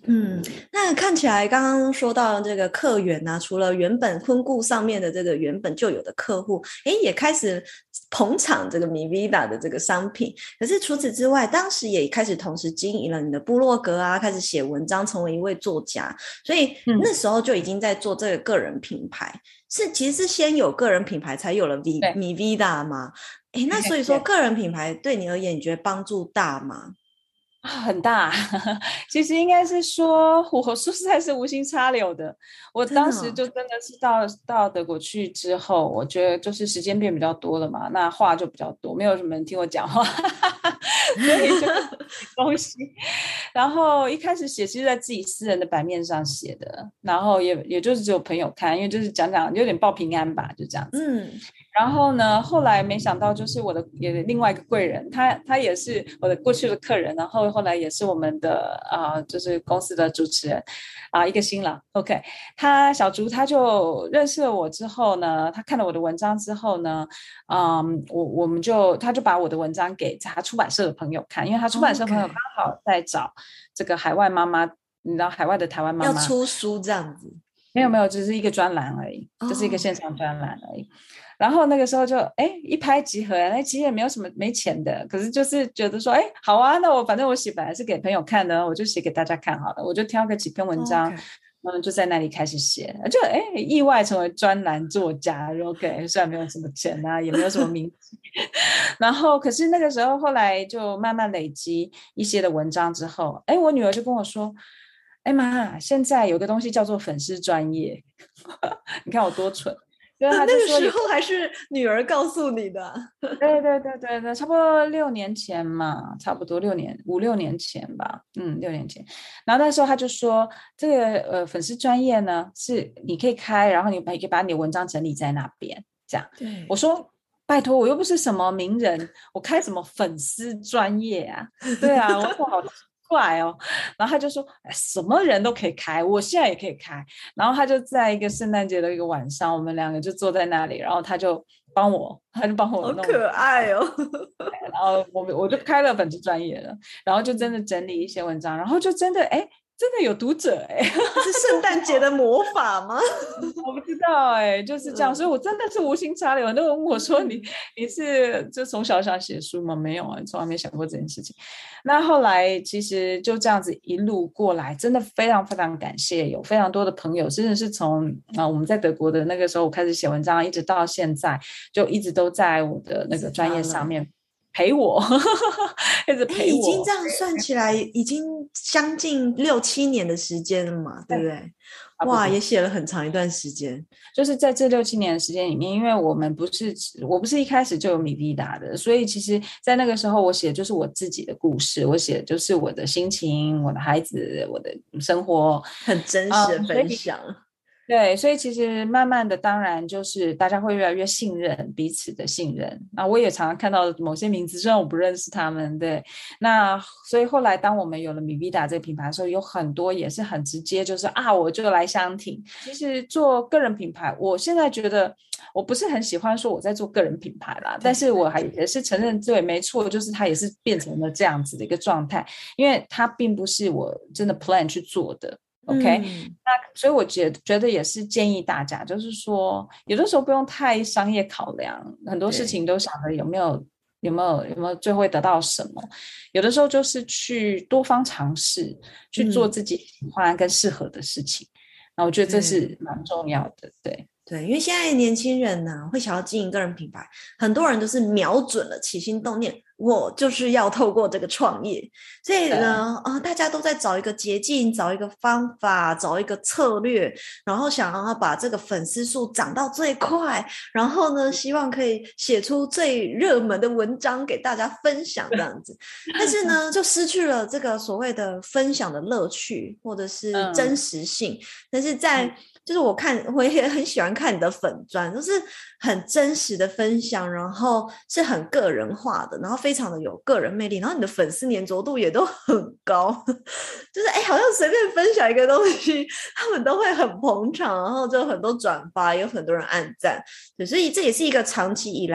嗯，那看起来刚刚说到这个客源啊，除了原本婚顾上面的这个原本就有的客户，诶，也开始捧场这个 MiVida 的这个商品。可是除此之外，当时也开始同时经营了你的部落格啊，开始写文章，成为一位作家。所以那时候就已经在做这个个人品牌，是其实是先有个人品牌，才有了 MiVida 吗？诶，那所以说个人品牌对你而言，你觉得帮助大吗？ 啊，很大。其实应该是说，我说实在是无心插柳的。我当时就真的是到到德国去之后，我觉得就是时间变比较多了嘛，那话就比较多，没有什么人听我讲话，所以就东西。然后一开始写是在自己私人的版面上写的，然后也也就是只有朋友看，因为就是讲讲有点报平安吧，就这样子。嗯。然后呢，后来没想到就是我的也另外一个贵人，他他也是我的过去的客人，然后后来也是我们的啊、呃，就是公司的主持人啊、呃，一个新郎。OK， 他小竹他就认识了我之后呢，他看了我的文章之后呢，嗯，我我们就他就把我的文章给他出版社的朋友看，因为他出版社朋友刚好在找这个海外妈妈，你知道海外的台湾妈妈要出书这样子。 没有没有，只是一个专栏而已，就、oh. 是一个线上专栏而已。然后那个时候就哎一拍即合，那其实也没有什么没钱的，可是就是觉得说哎好啊，那我反正我写本来是给朋友看的，我就写给大家看好了，我就挑个几篇文章，嗯、oh, okay. 就在那里开始写，就哎意外成为专栏作家。OK， 虽然没有什么钱啊，也没有什么名气，然后可是那个时候后来就慢慢累积一些的文章之后，哎我女儿就跟我说。哎妈，现在有个东西叫做粉丝专页，你看我多蠢。 那那个时候还是女儿告诉你的？ 对对对对对，差不多六年前嘛，差不多六年五六年前吧，嗯，六年前。然后那时候他就说，这个呃粉丝专页呢是你可以开，然后你可以把你的文章整理在那边，这样。对，我说拜托，我又不是什么名人，我开什么粉丝专页啊？对啊，我说好。怪哦，然后他就说什么人都可以开，我现在也可以开。然后他就在一个圣诞节的一个晚上，我们两个就坐在那里，然后他就帮我，他就帮我弄， 好可爱哦。 然后我我就开了粉丝专页了，然后就真的整理一些文章，然后就真的哎。真的有读者哎、欸， 是圣诞节的魔法吗？ 我不知道哎、欸，就是这样，所以我真的是无心插柳。很多人问我说你：“你你是就从小想写书吗？”没有啊，从来没想过这件事情。那后来其实就这样子一路过来，真的非常非常感谢，有非常多的朋友，真的是从啊、呃、我们在德国的那个时候我开始写文章，一直到现在，就一直都在我的那个专业上面。陪我一直陪我、欸、 已经这样算起来已经将近六七年的时间了嘛，对不对？哇，也写了很长一段时间。 就是在这六七年的时间里面，因为我们不是我不是一开始就有MiVida的，所以其实在那个时候我写的就是我自己的故事，我写的就是我的心情，我的孩子，我的生活， 很真实的分享、嗯对，所以其实慢慢的，当然就是大家会越来越信任彼此的信任。那我也常常看到某些名字，虽然我不认识他们，对。那所以后来当我们有了MiVida这个品牌的时候，有很多也是很直接，就是啊，我就来相挺。其实做个人品牌，我现在觉得我不是很喜欢说我在做个人品牌啦，但是我还也是承认，对，没错，就是它也是变成了这样子的一个状态，因为它并不是我真的 plan 去做的。OK，、嗯、那所以我觉得觉得也是建议大家，就是说有的时候不用太商业考量，很多事情都想着有没有有没有有没有最后会得到什么，有的时候就是去多方尝试，去做自己喜欢跟适合的事情。那、嗯、我觉得这是蛮重要的，对。 对，因为现在年轻人呢会想要经营个人品牌，很多人都是瞄准了起心动念，我就是要透过这个创业，所以呢，呃，大家都在找一个捷径，找一个方法，找一个策略，然后想要把这个粉丝数涨到最快，然后呢，希望可以写出最热门的文章给大家分享这样子，但是呢，就失去了这个所谓的分享的乐趣或者是真实性，嗯、但是在、嗯就是我看我也很喜欢看你的粉专，就是很真实的分享，然后是很个人化的，然后非常的有个人魅力，然后你的粉丝黏着度也都很高，就是哎，好像随便分享一个东西他们都会很捧场，然后就很多转发，有很多人按赞，所以这也是一个长期以来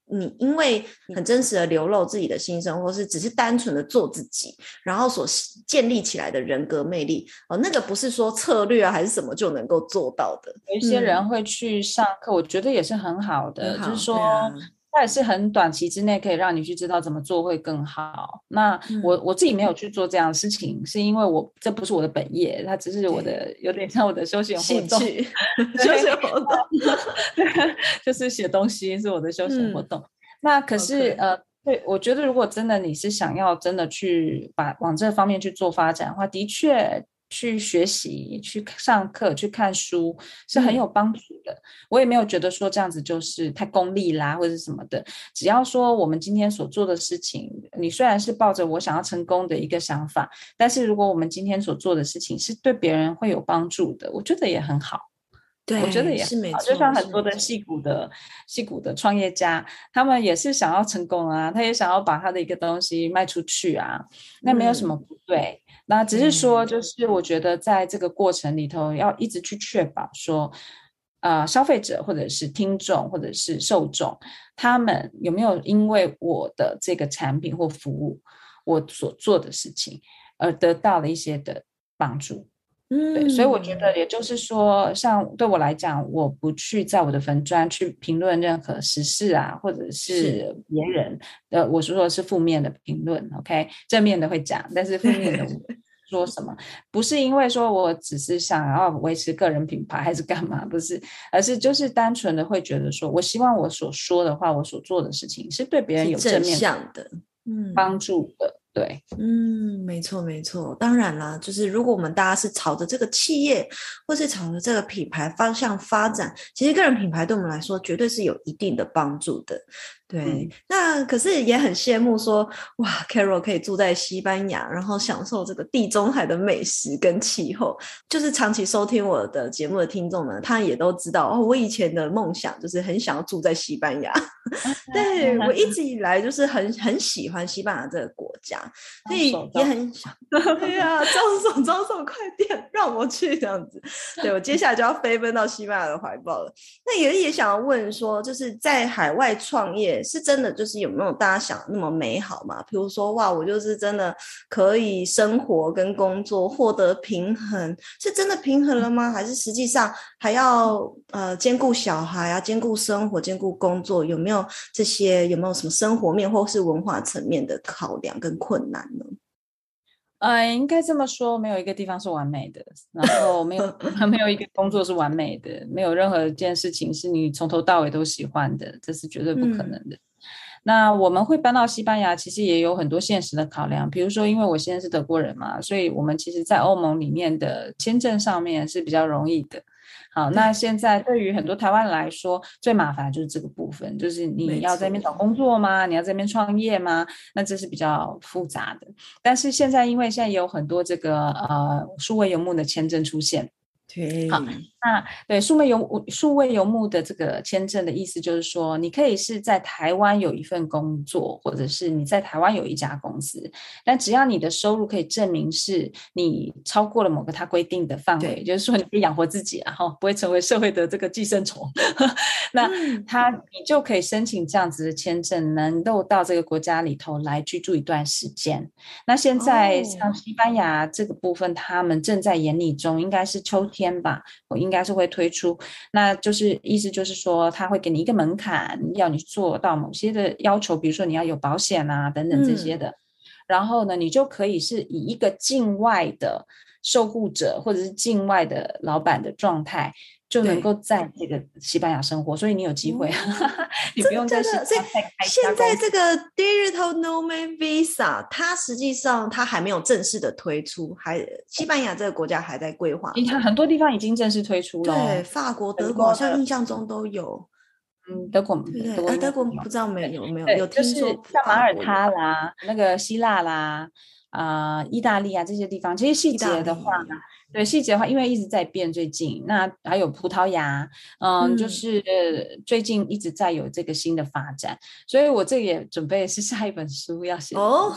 你因为很真实的流露自己的心声，或是只是单纯的做自己，然后所建立起来的人格魅力，哦，那个不是说策略啊还是什么就能够做到的。 有一些人会去上课，嗯、我觉得也是很好的， 很好就是说。 它也是很短期之内可以让你去知道怎么做会更好。那我、嗯、我自己没有去做这样的事情，是因为我这不是我的本业，它只是我的有点像我的休闲活动， 休闲活动就是写东西是我的休闲活动。嗯、那可是、okay. 呃，对，我觉得如果真的你是想要真的去把往这方面去做发展的话，的确。去学习去上课去看书是很有帮助的、嗯、我也没有觉得说这样子就是太功利啦或者什么的，只要说我们今天所做的事情，你虽然是抱着我想要成功的一个想法，但是如果我们今天所做的事情是对别人会有帮助的，我觉得也很好。 对， 我觉得也是没错， 就像很多的矽谷的矽谷的创业家，他们也是想要成功啊，他也想要把他的一个东西卖出去啊，那没有什么不对、嗯、那只是说就是我觉得在这个过程里头要一直去确保说呃，消费者或者是听众或者是受众，他们有没有因为我的这个产品或服务我所做的事情而得到了一些的帮助。 嗯， 对，所以我觉得也就是说，像对我来讲，我不去在我的粉专去评论任何时事啊，或者是别人呃，我说的是负面的评论 ，OK， 正面的会讲，但是负面的说什么，不是因为说我只是想要维持个人品牌还是干嘛，不是，而是就是单纯的会觉得说，我希望我所说的话，我所做的事情是对别人有正面的帮助的。对， 嗯，没错没错，当然啦，就是如果我们大家是朝着这个企业或是朝着这个品牌方向发展，其实个人品牌对我们来说绝对是有一定的帮助的。对、嗯，那可是也很羡慕说，哇 Carol 可以住在西班牙，然后享受这个地中海的美食跟气候。就是长期收听我的节目的听众呢，他也都知道哦，我以前的梦想就是很想要住在西班牙。对，我一直以来就是很很喜欢西班牙这个国家，所以也很想，对呀、啊，招手招手，快点让我去这样子。对，我接下来就要飞奔到西班牙的怀抱了。那也也想要问说，就是在海外创业是真的就是有没有大家想那么美好嘛？比如说哇，我就是真的可以生活跟工作获得平衡，是真的平衡了吗？还是实际上还要呃兼顾小孩啊，兼顾生活，兼顾工作，有没有这些有没有什么生活面或是文化层面的考量跟困难呢？ 呃，应该这么说，没有一个地方是完美的，然后没有没有一个工作是完美的，没有任何一件事情是你从头到尾都喜欢的，这是绝对不可能的。嗯，那我们会搬到西班牙，其实也有很多现实的考量，比如说因为我现在是德国人嘛，所以我们其实在欧盟里面的签证上面是比较容易的。好，那现在对于很多台湾人来说，最麻烦就是这个部分，就是你要在那边找工作吗？你要在那边创业吗？那这是比较复杂的。但是现在因为现在也有很多这个呃数位游牧的签证出现。 对， 好，那对数位游数位游牧的这个签证的意思就是说，你可以是在台湾有一份工作，或者是你在台湾有一家公司，但只要你的收入可以证明是你超过了某个他规定的范围，就是说你可以养活自己，然后不会成为社会的这个寄生虫，那他你就可以申请这样子的签证，能够到这个国家里头来居住一段时间。那现在像西班牙这个部分，他们正在研拟中，应该是秋天天吧，我应该是会推出，那就是意思就是说他会给你一个门槛，要你做到某些的要求，比如说你要有保险啊等等这些的、嗯、然后呢你就可以是以一个境外的受雇者或者是境外的老板的状态就能够在这个西班牙生活，所以你有机会、嗯、你不用在西班牙再开一家现在这个 Digital Nomad Visa 它实际上它还没有正式的推出，还西班牙这个国家还在规划， 很多地方已经正式推出了， 对，法国德国好像印象中都有， 嗯，德国对对，德国、啊、德国不知道没有没有有听说， 就是像马耳他啦，那个希腊啦，啊、呃，意大利啊这些地方，这些细节的话，对细节的话，因为一直在变，最近那还有葡萄牙，嗯，嗯就是最近一直在有这个新的发展，所以我这也准备是下一本书要写哦。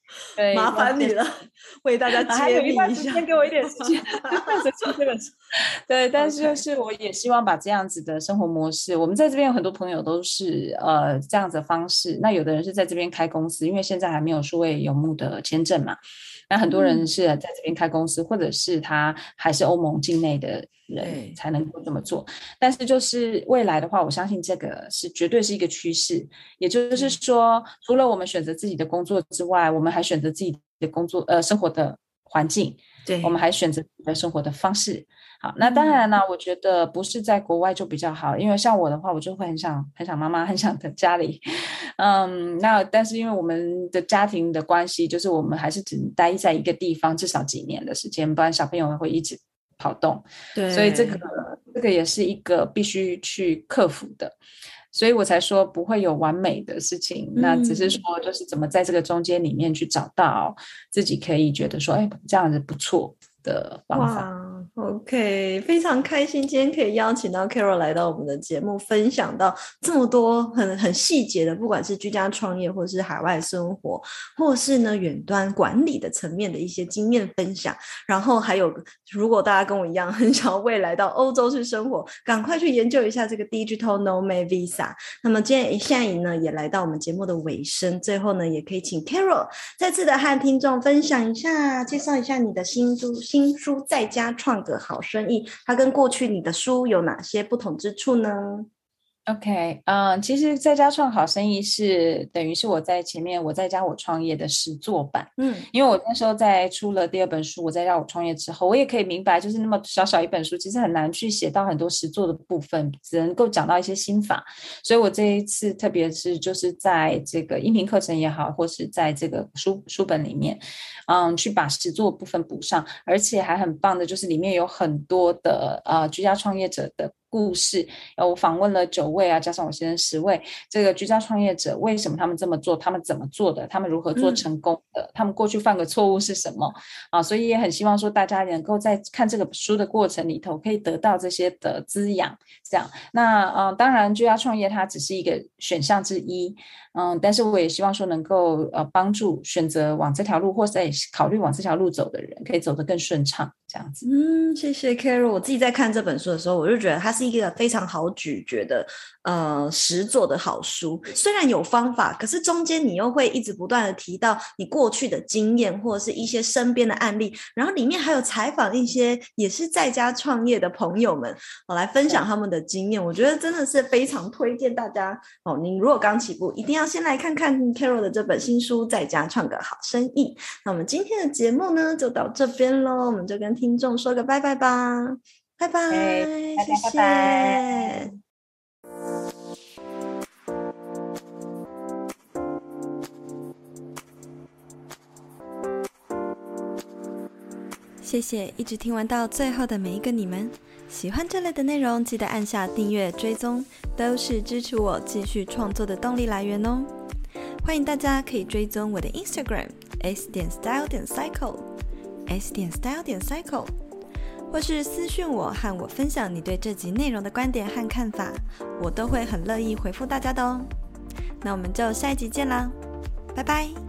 对， 麻烦你了，为大家揭秘一下。 给我一点时间这本书。对，但是就是我也希望把这样子的生活模式，我们在这边有很多朋友都是呃这样子的方式。那有的人是在这边开公司，因为现在还没有数位游牧的签证嘛。那很多人是在这边开公司，嗯、或者是他还是欧盟境内的人才能够这么做。但是就是未来的话，我相信这个是绝对是一个趋势。也就是说，除了我们选择自己的工作之外，我们还选择自己的工作呃生活的环境，对，我们还选择自己的生活的方式。好，那当然呢，我觉得不是在国外就比较好，因为像我的话，我就会很想很想妈妈，很想在家里。嗯，那但是因为我们的家庭的关系，就是我们还是只能待在一个地方至少几年的时间，不然小朋友会一直跑动。对，所以这个这个也是一个必须去克服的。所以我才说不会有完美的事情，嗯、那只是说就是怎么在这个中间里面去找到自己可以觉得说，哎，这样子不错的方法。 哇 OK， 非常开心今天可以邀请到 Carol 来到我们的节目，分享到这么多很很细节的，不管是居家创业或是海外生活，或是呢远端管理的层面的一些经验分享。然后还有如果大家跟我一样很想要未来到欧洲去生活，赶快去研究一下这个 Digital Nomad Visa。那么今天现在呢也来到我们节目的尾声，最后呢也可以请 Carol 再次的和听众分享一下，介绍一下你的新书新书在家创个好生意，它跟过去你的书有哪些不同之处呢？ OK， 嗯、呃，其实在家创好生意是等于是我在前面我在家我创业的实作版。嗯，因为我那时候在出了第二本书我在家我创业之后，我也可以明白就是那么小小一本书其实很难去写到很多实作的部分，只能够讲到一些心法。所以我这一次特别是就是在这个音频课程也好，或是在这个书书本里面嗯，去把实作部分补上，而且还很棒的就是里面有很多的呃居家创业者的故事。我访问了九位啊，加上我先生十位这个居家创业者，为什么他们这么做，他们怎么做的，他们如何做成功的、嗯、他们过去犯的错误是什么啊？所以也很希望说大家能够在看这个书的过程里头可以得到这些的滋养。这样那呃，当然居家创业它只是一个选项之一，嗯，但是我也希望说能够呃帮助选择往这条路或者考虑往这条路走的人可以走得更顺畅这样子。 嗯，谢谢 Carol。 我自己在看这本书的时候，我就觉得它是一个非常好咀嚼的呃实作的好书。虽然有方法，可是中间你又会一直不断的提到你过去的经验或者是一些身边的案例，然后里面还有采访一些也是在家创业的朋友们，我来分享他们的经验。我觉得真的是非常推荐大家哦，你如果刚起步一定要先来看看 Carol 的这本新书在家创个好生意。那我们今天的节目呢就到这边咯，我们就跟听众说个拜拜吧。拜拜， 谢谢，拜拜。 谢谢一直听完到最后的每一个你们。喜欢这类的内容，记得按下订阅追踪，都是支持我继续创作的动力来源哦。欢迎大家可以追踪我的 Instagram s 点 style 点 cycle s 点 style 点 cycle， 或是私讯我和我分享你对这集内容的观点和看法，我都会很乐意回复大家的哦。那我们就下一集见啦，拜拜。